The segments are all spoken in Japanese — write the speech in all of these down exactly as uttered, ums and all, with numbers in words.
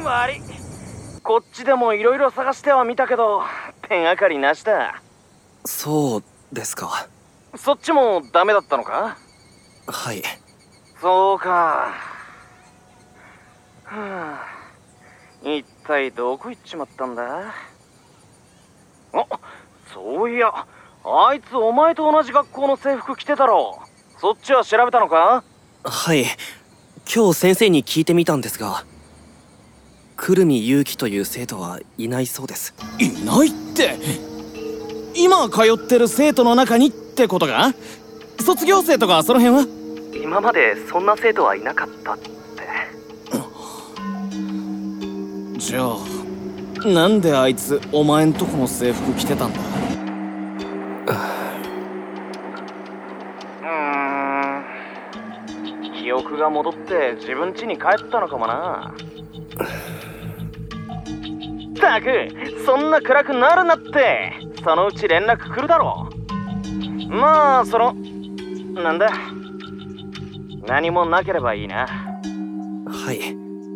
悪い。こっちでもいろいろ探してはみたけど手がかりなしだ。 そうですか。 そっちもダメだったのか？ はい。 そうか。はあ、一体どこ行っちまったんだ？あ、そういや、あいつお前と同じ学校の制服着てたろ。そっちは調べたのか？ はい。今日先生に聞いてみたんですが、久留美勇気という生徒はいないそうです。 いないって、今通ってる生徒の中にってことか？卒業生とかその辺は？ 今までそんな生徒はいなかったって。 じゃあなんであいつお前んとこの制服着てたんだ？ うーん、記憶が戻って自分家に帰ったのかもな。ったく、そんな暗くなるなって。そのうち連絡来るだろう。まあそのなんだ、何もなければいいな。 はい。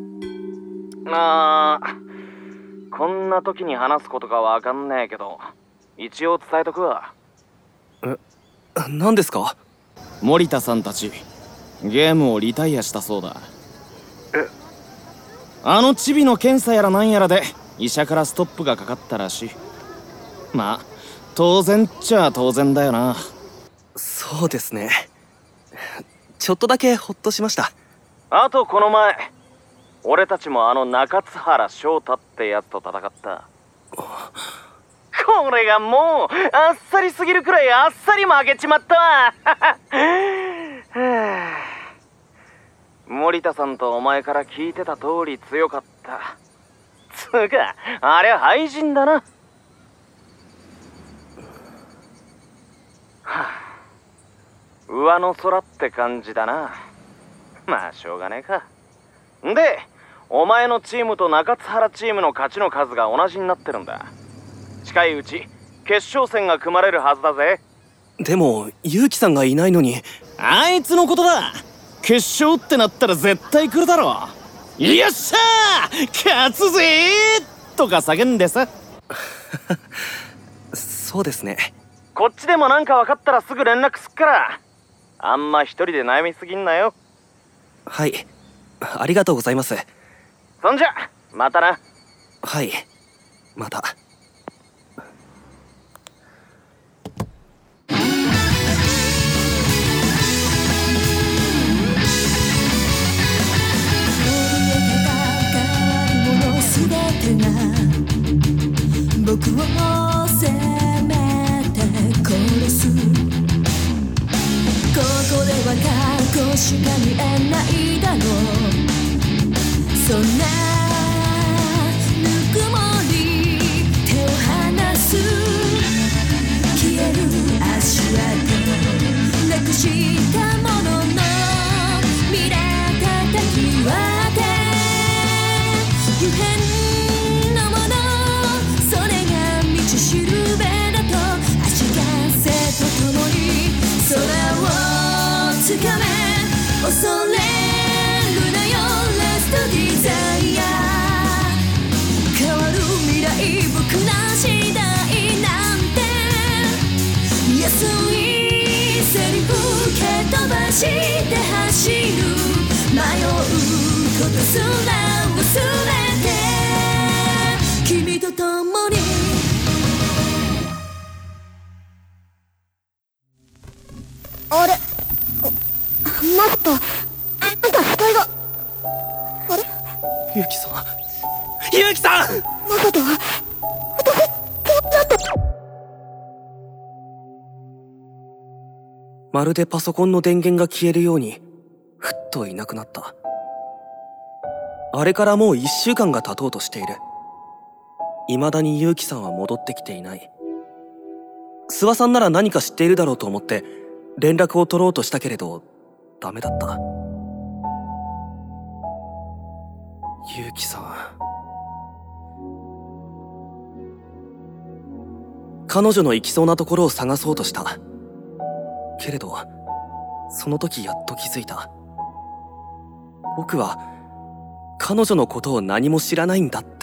ああ、こんな時に話すことかわかんねえけど一応伝えとくわ。 え、何ですか？ 森田さんたちゲームをリタイアしたそうだ。 え、 あのチビの検査やらなんやらで医者からストップがかかったらしい。まあ当然っちゃ当然だよな。 そうですね。ちょっとだけホッとしました。 あとこの前俺たちもあの中津原翔太ってやつと戦った。これがもうあっさりすぎるくらいあっさり負けちまったわ。森田さんとお前から聞いてた通り強かった。つうかあれは廃人だな。はあ、上の空って感じだな。まあしょうがねえか。で、お前のチームと中津原チームの勝ちの数が同じになってるんだ。近いうち決勝戦が組まれるはずだぜ。 でも勇気さんがいないのに。 あいつのことだ。決勝ってなったら絶対来るだろ。よっしゃー勝つぜーとか叫んでさ。 そうですね。 こっちでもなんか分かったらすぐ連絡すっから、あんま一人で悩みすぎんなよ。 はい、ありがとうございます。 そんじゃまたな。 はい、また。 僕を責めて殺す。ここでは過去しか見えないだろう。そんなぬくもり手を離す。消える足跡なくしたもののミラー叩き割って不変のもの、それが道しるべだと足かせとともに空をつかめ。恐れるなよラストディザイア。変わる未来僕ら次第なんて安いセリフ蹴飛ばして走る。迷うことすら忘れて君と共に。あれ、待った、なんか死体が。あれ、 勇気さん、勇気さん、 まさか私こうなった。 まるでパソコンの電源が消えるようにふっといなくなった。あれからもう一週間が経とうとしている。未だに勇気さんは戻ってきていない。諏訪さんなら何か知っているだろうと思って連絡を取ろうとしたけれどダメだった。勇気さん、彼女の行きそうなところを探そうとした。けれどその時やっと気づいた。僕は彼女のことを何も知らないんだって。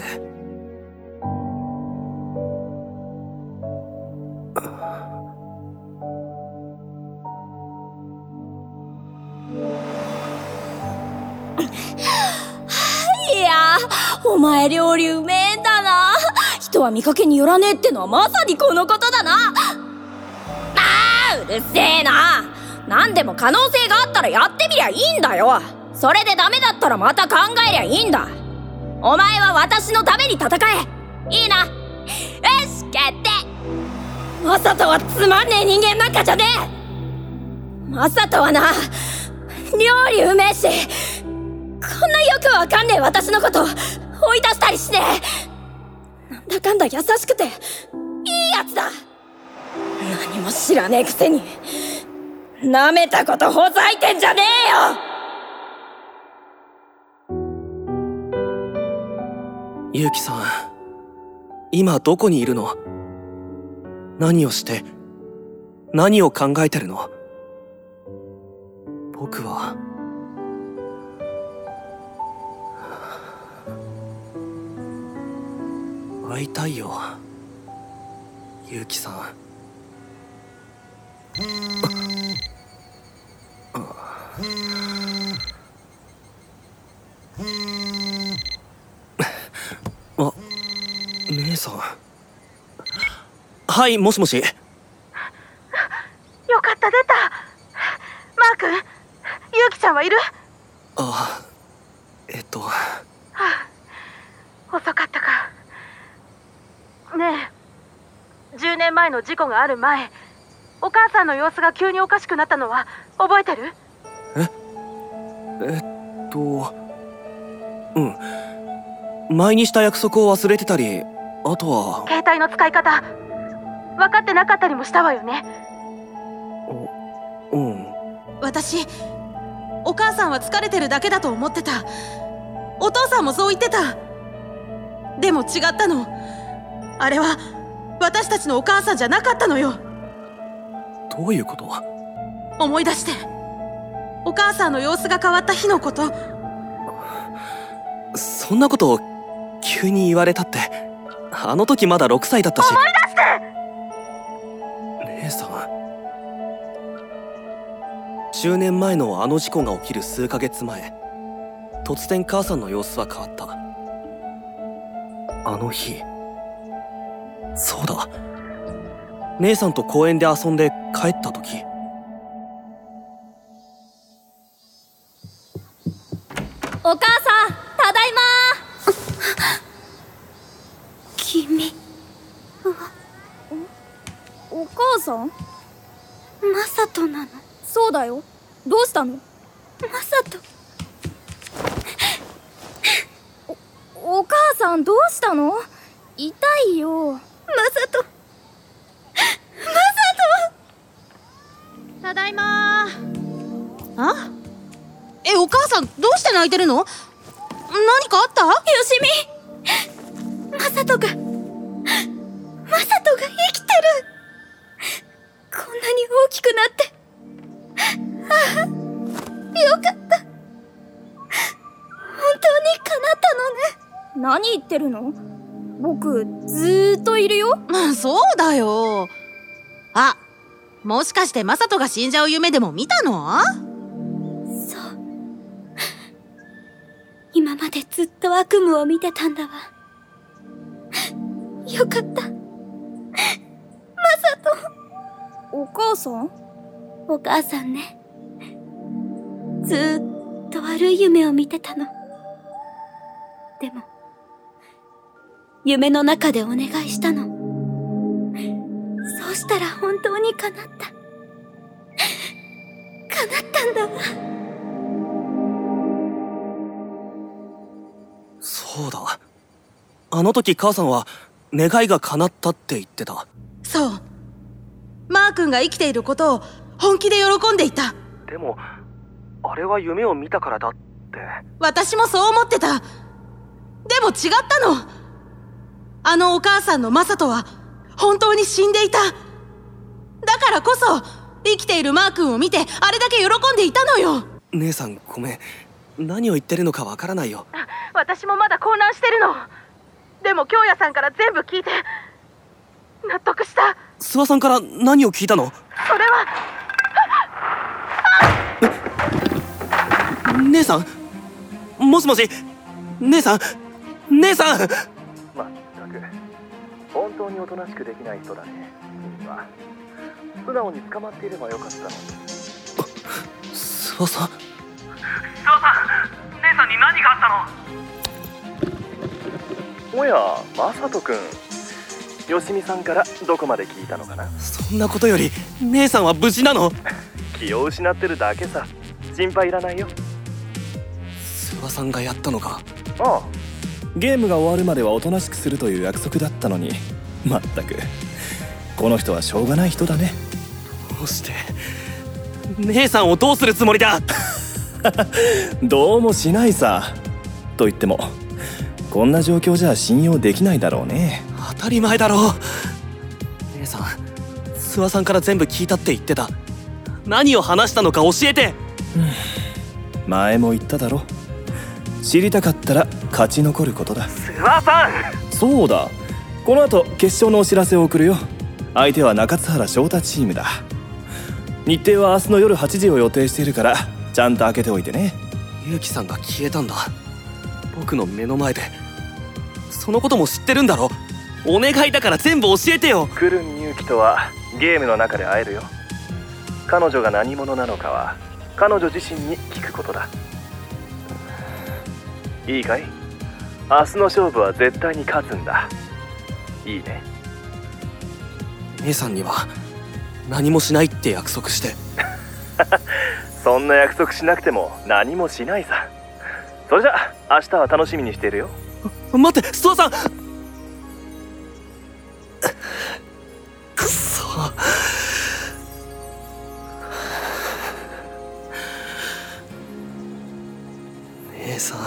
いやー、お前料理うめえんだな。人は見かけによらねえってのはまさにこのことだな。あー、うるせえな。何でも可能性があったらやってみりゃいいんだよ。それでダメだったらまた考えりゃいいんだ。お前は私のために戦え。いいな。よし、決定。マサトはつまんねえ人間なんかじゃねえ。マサトはな、料理うめえし、こんなよくわかんねえ私のこと追い出したりしねえ。なんだかんだ優しくていいやつだ。何も知らねえくせになめたことほざいてんじゃねえよ。 ゆうきさん、今どこにいるの？何をして何を考えてるの？僕は会いたいよ、ゆうきさん。あ、姉さん。はい、もしもし。よかった、出た。マー君、ゆうきちゃんはいる？ あ、えっと、はあ、遅かったか。ねえ、じゅうねんまえの事故がある前、お母さんの様子が急におかしくなったのは覚えてる？ ええっとうん前にした約束を忘れてたり、あとは携帯の使い方分かってなかったりもしたわよね。 うん。 私、お母さんは疲れてるだけだと思ってた。お父さんもそう言ってた。でも違ったの。あれは私たちのお母さんじゃなかったのよ。 どういうこと？ 思い出して、お母さんの様子が変わった日のこと。 そんなことを急に言われたって、あの時まだろくさいだったし。 思い出して！ 姉さん、じゅうねんまえのあの事故が起きる数ヶ月前、突然母さんの様子は変わった。あの日、そうだ、姉さんと公園で遊んで帰った時。 お母さん、ただいまー。君はお、お母さん？ マサトなの？ そうだよ。どうしたの？ マサト。 お、お母さんどうしたの？痛いよ。 マサト。マサト。ただいまー。あ？え、お母さんどうして泣いてるの？何かあった？ よしみ、マサトがマサトが生きてる。こんなに大きくなって、ああ、よかった。本当に叶ったのね。 何言ってるの？僕ずーっといるよ。 そうだよ。あ、もしかしてマサトが死んじゃう夢でも見たの？ そう、今までずっと悪夢を見てたんだわ。よかった、マサト。 お母さん？ お母さんね、ずーっと悪い夢を見てたの。でも夢の中でお願いしたの。そうしたら本当に叶った。叶ったんだわ。 そうだ、あの時母さんは願いが叶ったって言ってた。 そう、マー君が生きていることを本気で喜んでいた。 でもあれは夢を見たからだって。 私もそう思ってた。でも違ったの。あのお母さんのマサトは本当に死んでいた。だからこそ生きているマー君を見てあれだけ喜んでいたのよ。 姉さんごめん、 何を言ってるのかわからないよ。 私もまだ混乱してるの。でも京也さんから全部聞いて納得した。 諏訪さんから何を聞いたの？ それは姉さん、もしもし、姉さん、姉さん。 まったく本当におとなしくできない人だね。君は素直に捕まっていればよかったのに。 諏訪さん、 諏訪さん、姉さんに何があったの？おや、マサト君、よしみさんからどこまで聞いたのかな？ そんなことより姉さんは無事なの？ 気を失ってるだけさ。心配いらないよ。 諏訪さんがやったのか？ ああ、 ゲームが終わるまではおとなしくするという約束だったのに、まったくこの人はしょうがない人だね。 どうして姉さんをどうするつもりだ？ どうもしないさ。と言ってもこんな状況じゃ信用できないだろうね。 当たり前だろう。姉さん、諏訪さんから全部聞いたって言ってた。何を話したのか教えて。 前も言っただろ。知りたかったら勝ち残ることだ。 諏訪さん。 そうだ、この後決勝のお知らせを送るよ。相手は中津原翔太チームだ。日程は明日の夜はちじを予定しているからちゃんと開けておいてね。 結城さんが消えたんだ、僕の目の前で。そのことも知ってるんだろ。お願いだから全部教えてよ。 クルミユキとはゲームの中で会えるよ。彼女が何者なのかは彼女自身に聞くことだ。いいかい？明日の勝負は絶対に勝つんだ。いいね。 姉さんには何もしないって約束して。 そんな約束しなくても何もしないさ。それじゃ明日は楽しみにしているよ。 待って、諏訪さん。くそ。姉さん、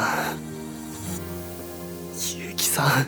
結城さん。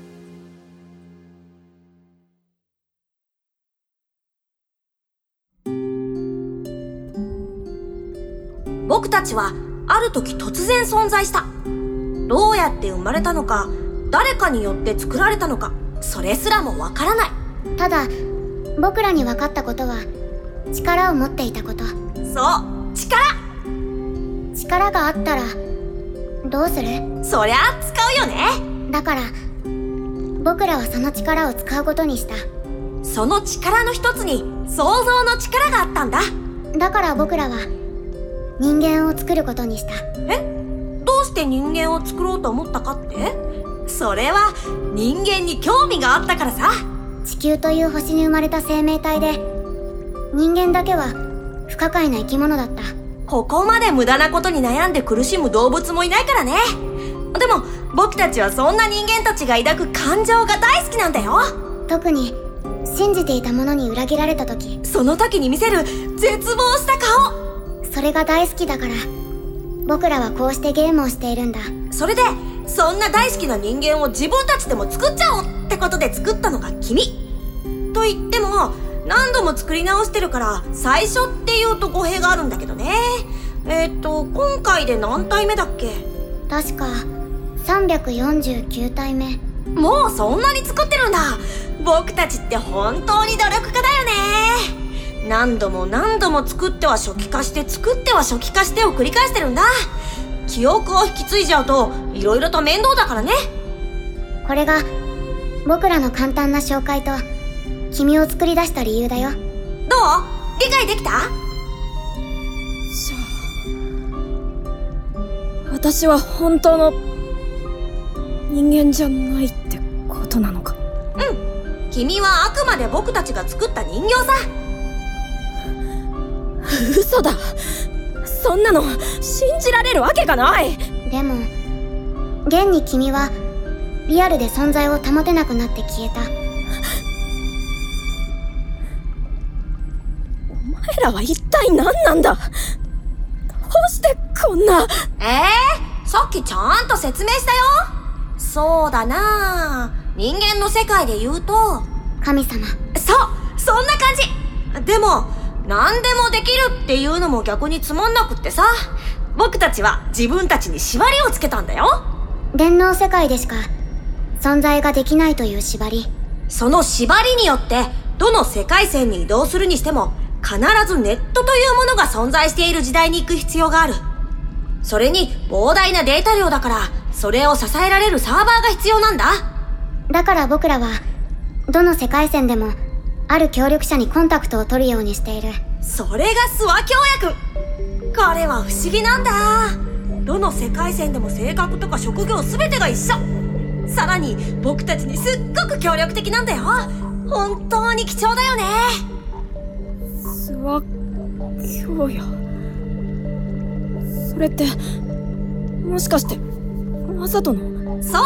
僕たちはある時突然存在した。どうやって生まれたのか、誰かによって作られたのか、それすらもわからない。 ただ僕らに分かったことは力を持っていたこと。 そう、力。 力があったらどうする？ そりゃ使うよね。 だから僕らはその力を使うことにした。 その力の一つに想像の力があったんだ。 だから僕らは人間を作ることにした。 え？どうして人間を作ろうと思ったかって？それは人間に興味があったからさ。 地球という星に生まれた生命体で、人間だけは不可解な生き物だった。 ここまで無駄なことに悩んで苦しむ動物もいないからね。でも僕たちはそんな人間たちが抱く感情が大好きなんだよ。 特に信じていたものに裏切られた時、 その時に見せる絶望した顔、 それが大好きだから僕らはこうしてゲームをしているんだ。 それでそんな大好きな人間を自分たちでも作っちゃおうってことで作ったのが君。と言っても何度も作り直してるから最初っていうと語弊があるんだけどね。えーっと今回で何体目だっけ？ 確かさんびゃくよんじゅうきゅうたいめ。 もうそんなに作ってるんだ。僕たちって本当に努力家だよね。何度も何度も作っては初期化して作っては初期化してを繰り返してるんだ。記憶を引き継いじゃうといろいろと面倒だからね。 これが僕らの簡単な紹介と君を作り出した理由だよ。 どう？理解できた？ じゃあ私は本当の人間じゃないってことなのか？ うん、君はあくまで僕たちが作った人形さ。 嘘だ、そんなの信じられるわけがない。 でも現に君はリアルで存在を保てなくなって消えた。 お前らは一体何なんだ？どうしてこんな。 えー、さっきちゃんと説明したよ。そうだな、人間の世界で言うと神様。 そう、そんな感じ。でも何でもできるっていうのも逆につまんなくってさ、 僕たちは自分たちに縛りをつけたんだよ。 電脳世界でしか存在ができないという縛り。 その縛りによってどの世界線に移動するにしても必ずネットというものが存在している時代に行く必要がある。それに膨大なデータ量だからそれを支えられるサーバーが必要なんだ。 だから僕らはどの世界線でもある協力者にコンタクトを取るようにしている。 それが諏訪京也くん。彼は不思議なんだ。どの世界線でも性格とか職業全てが一緒。さらに僕たちにすっごく協力的なんだよ。本当に貴重だよね。 諏訪京也、それってもしかしてマサトの？ そう、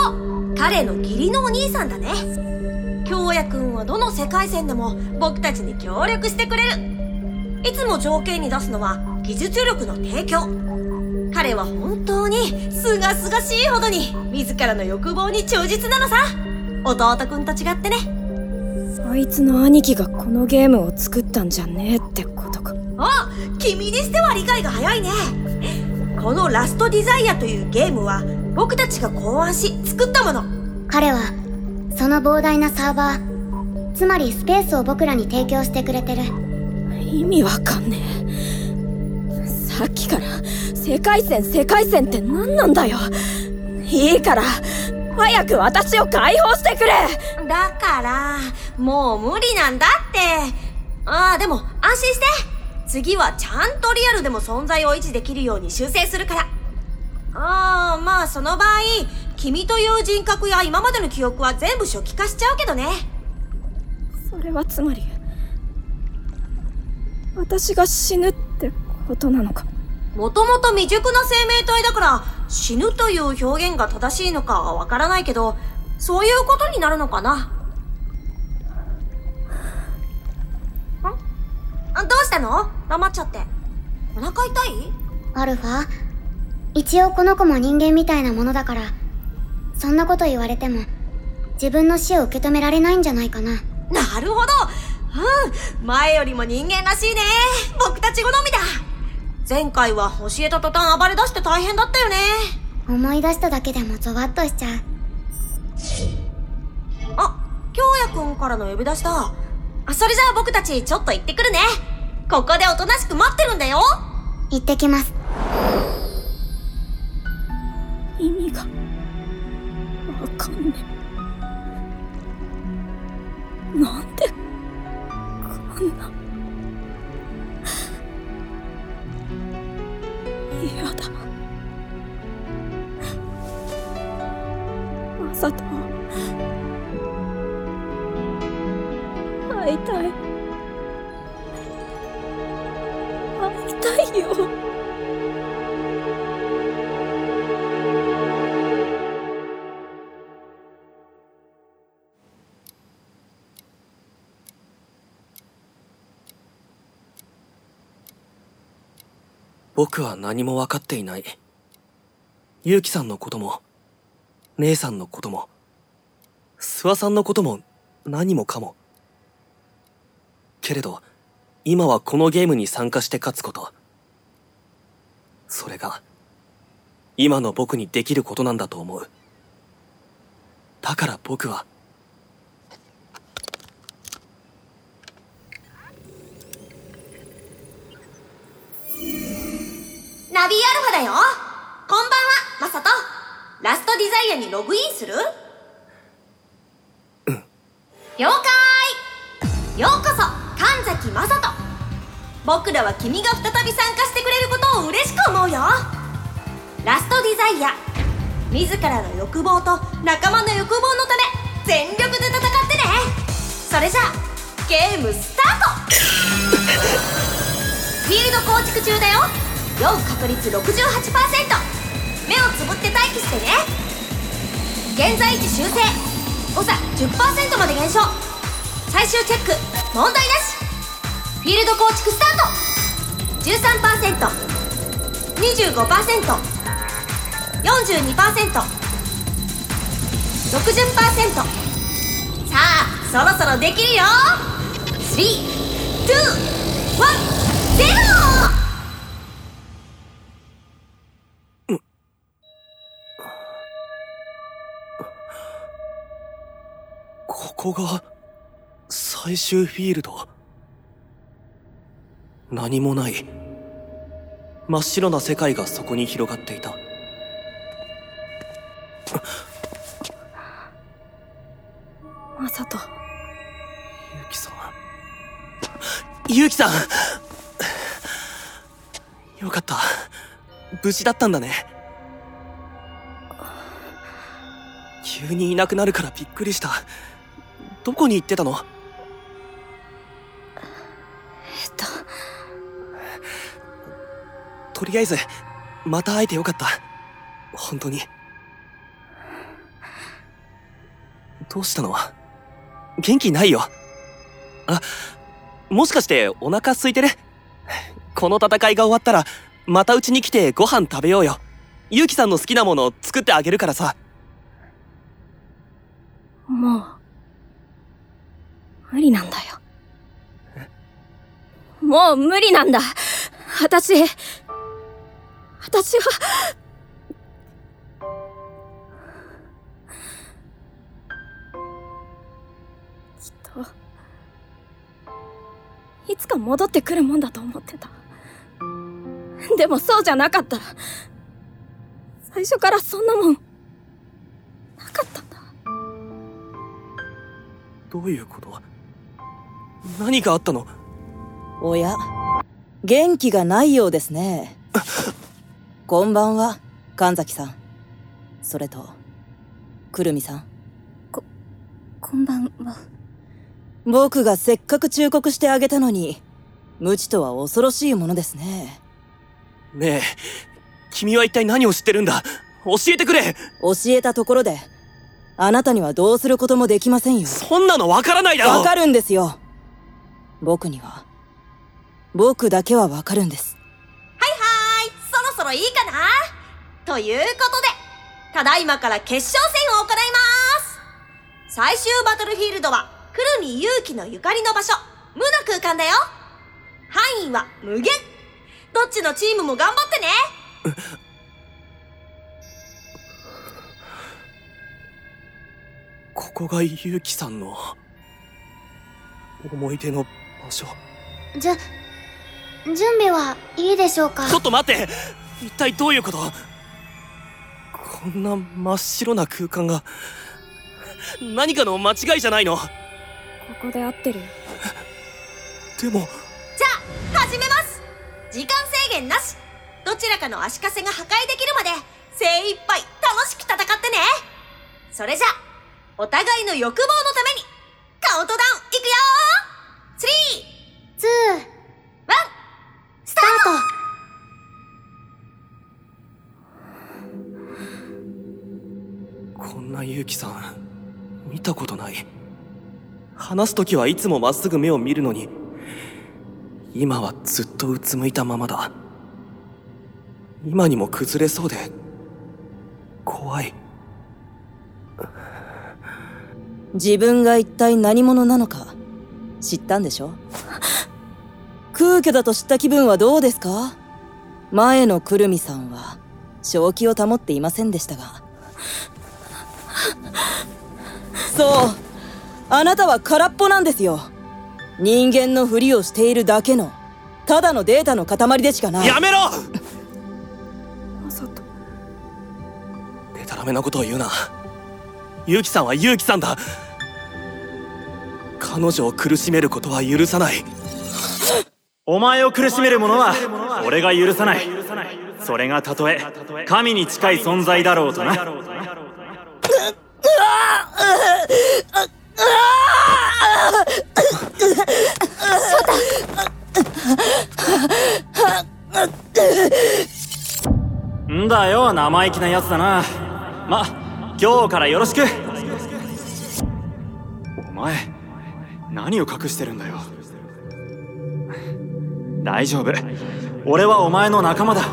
彼の義理のお兄さんだね。京也くんはどの世界線でも僕たちに協力してくれる。いつも条件に出すのは技術力の提供。彼は本当にすがすがしいほどに自らの欲望に忠実なのさ。弟くんと違ってね。 そいつの兄貴がこのゲームを作ったんじゃねえってことか。 あ、君にしては理解が早いね。このラストディザイアというゲームは僕たちが考案し作ったもの。 彼はその膨大なサーバー、つまりスペースを僕らに提供してくれてる。 意味わかんねえ。さっきから世界線世界線って何なんだよ。いいから早く私を解放してくれ。 だからもう無理なんだって。ああ、でも安心して。次はちゃんとリアルでも存在を維持できるように修正するから。ああ、まあその場合君という人格や今までの記憶は全部初期化しちゃうけどね。 それはつまり私が死ぬってことなのか。 もともと未熟な生命体だから死ぬという表現が正しいのかはわからないけど、そういうことになるのかな。ん？あ、どうしたの？黙っちゃって。お腹痛い？ アルファ、一応この子も人間みたいなものだから、そんなこと言われても自分の死を受け止められないんじゃないかな。 なるほど。うん、前よりも人間らしいね。僕たち好みだ。前回は教えた途端暴れ出して大変だったよね。 思い出しただけでもゾワッとしちゃう。 あ、京也くんからの呼び出しだ。あ、それじゃあ僕たちちょっと行ってくるね。ここでおとなしく待ってるんだよ。 行ってきます。 意味がわかんねえ。なんでこんな。嫌だ。マサト会いたい。会いたいよ。 僕は何も分かっていない。ユウキさんのことも、姉さんのことも、諏訪さんのことも何もかも。けれど、今はこのゲームに参加して勝つこと。それが、今の僕にできることなんだと思う。だから僕は、 ナビアルファだよ。こんばんは、マサト。ラストディザイアにログインする？ うん。 了解。ようこそ、神崎マサト。僕らは君が再び参加してくれることを嬉しく思うよ。ラストディザイア。自らの欲望と仲間の欲望のため、全力で戦ってね。それじゃあ、ゲームスタート。フィールド構築中だよ。酔う確率 ろくじゅうはちパーセント。 目をつぶって待機してね。現在位置修正。誤差 じゅっパーセント まで減少。最終チェック問題なし。フィールド構築スタート。 じゅうさんパーセント、 にじゅうごパーセント、 よんじゅうにパーセント、 ろくじゅっパーセント。 さあそろそろできるよ。スリー、ツー、ワン、ゼロ。 こが最終フィールド。何もない真っ白な世界がそこに広がっていた。 マサト。 ユウキさん。ユウキさん、よかった。無事だったんだね。急にいなくなるからびっくりした。どこに行ってたの？ えっととりあえずまた会えてよかった。本当に。どうしたの？元気ないよ。あ、もしかしてお腹空いてる？この戦いが終わったらまたうちに来てご飯食べようよ。ユウキさんの好きなもの作ってあげるからさ。 もう無理なんだよ。もう無理なんだ。私私はきっといつか戻ってくるもんだと思ってた。でもそうじゃなかったら、最初からそんなもんなかったんだ。 どういうこと？何があったの？ おや、元気がないようですね。こんばんは、神崎さん。それと、くるみさん。 こ、こんばんは。 僕がせっかく忠告してあげたのに、無知とは恐ろしいものですね。 ねえ、君は一体何を知ってるんだ？教えてくれ！ 教えたところで、あなたにはどうすることもできませんよ。 そんなのわからないだろ！ わかるんですよ。僕には、僕だけはわかるんです。 はいはーい、そろそろいいかな？ということで、ただいまから決勝戦を行います。最終バトルフィールドは、くるみゆうきのゆかりの場所、無の空間だよ。範囲は無限。どっちのチームも頑張ってね。 ここがユウキさんの思い出の場所。 じゅ、準備はいいでしょうか？ ちょっと待って！一体どういうこと？こんな真っ白な空間が何かの間違いじゃないの？ここで合ってる。 でも。 じゃあ始めます。時間制限なし。どちらかの足かせが破壊できるまで精一杯楽しく戦ってね。それじゃお互いの欲望のためにカウントダウンいくよー。スリー、 ツー、 ワン、スタート。こんなユウキさん見たことない。話すときはいつもまっすぐ目を見るのに、今はずっとうつむいたままだ。今にも崩れそうで怖い。 自分が一体何者なのか知ったんでしょ？空虚だと知った気分はどうですか？前のくるみさんは正気を保っていませんでしたが。そう、あなたは空っぽなんですよ。人間のふりをしているだけのただのデータの塊でしかない。 やめろ！ マサト。 デタラメなことを言うな。ユウキさんはユウキさんだ。彼女を苦しめることは許さない。 お前を苦しめる者は俺が許さない。それがたとえ神に近い存在だろうとな。んだよ、生意気なやつだな。ま、今日からよろしく。お前何を隠してるんだよ。大丈夫、俺はお前の仲間だ。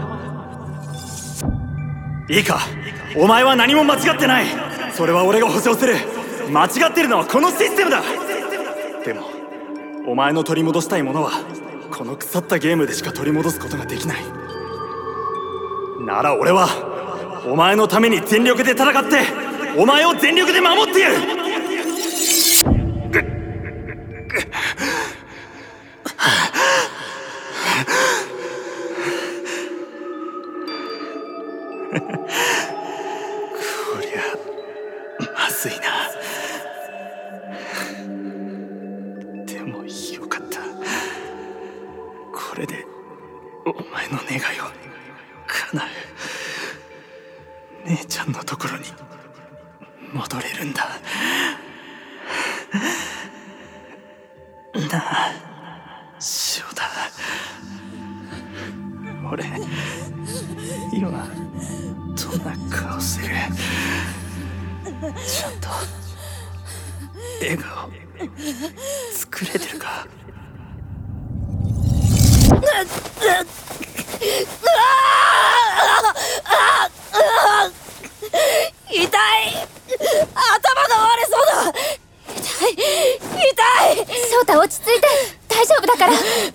いいか、お前は何も間違ってない。それは俺が保証する。間違ってるのはこのシステムだ。でもお前の取り戻したいものはこの腐ったゲームでしか取り戻すことができない。なら俺はお前のために全力で戦ってお前を全力で守ってやる。 こりゃまずいな。でもよかった。これでお前の願いを叶う。姉ちゃんのところに戻れるんだなあ翔太。俺今どんな顔してる？ちゃんと笑顔作れてるか？ 痛い。頭が割れそうだ。痛い痛い。 翔太、落ち着いて。大丈夫だから。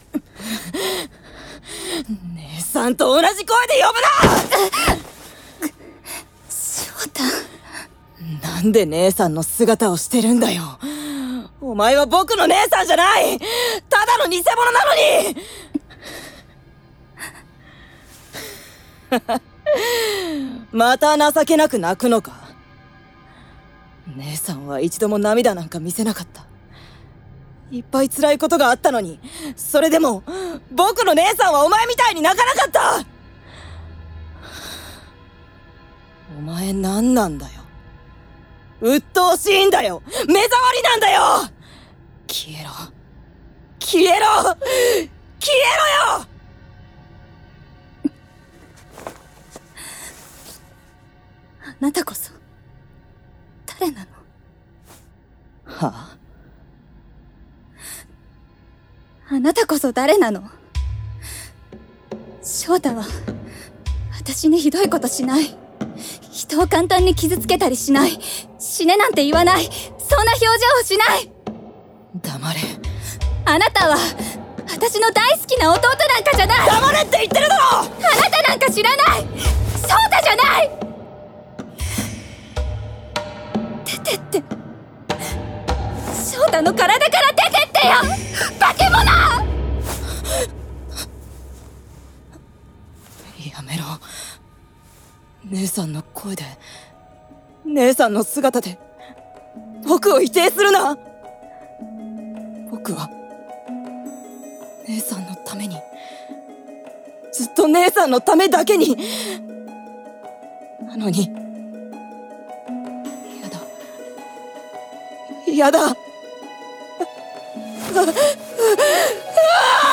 姉さんと同じ声で呼ぶな。 翔太、 なんで姉さんの姿をしてるんだよ。お前は僕の姉さんじゃない。ただの偽物なのに。また情けなく泣くのか。姉さんは一度も涙なんか見せなかった。いっぱい辛いことがあったのに、それでも僕の姉さんはお前みたいに泣かなかった。お前何なんだよ。鬱陶しいんだよ。目障りなんだよ。消えろ消えろ消えろよ。 あなたこそ誰なの？ はあ？ あなたこそ誰なの？翔太は私にひどいことしない。人を簡単に傷つけたりしない。死ねなんて言わない。そんな表情をしない。 黙れ。 あなたは私の大好きな弟なんかじゃない。 黙れって言ってるだろ。 あなたなんか知らない。翔太じゃない。出てって。翔太の体から出てってよ。化け物。 やめろ。姉さんの声で、姉さんの姿で僕を否定するな。僕は姉さんのために、ずっと姉さんのためだけに。なのにやだやだ。ああ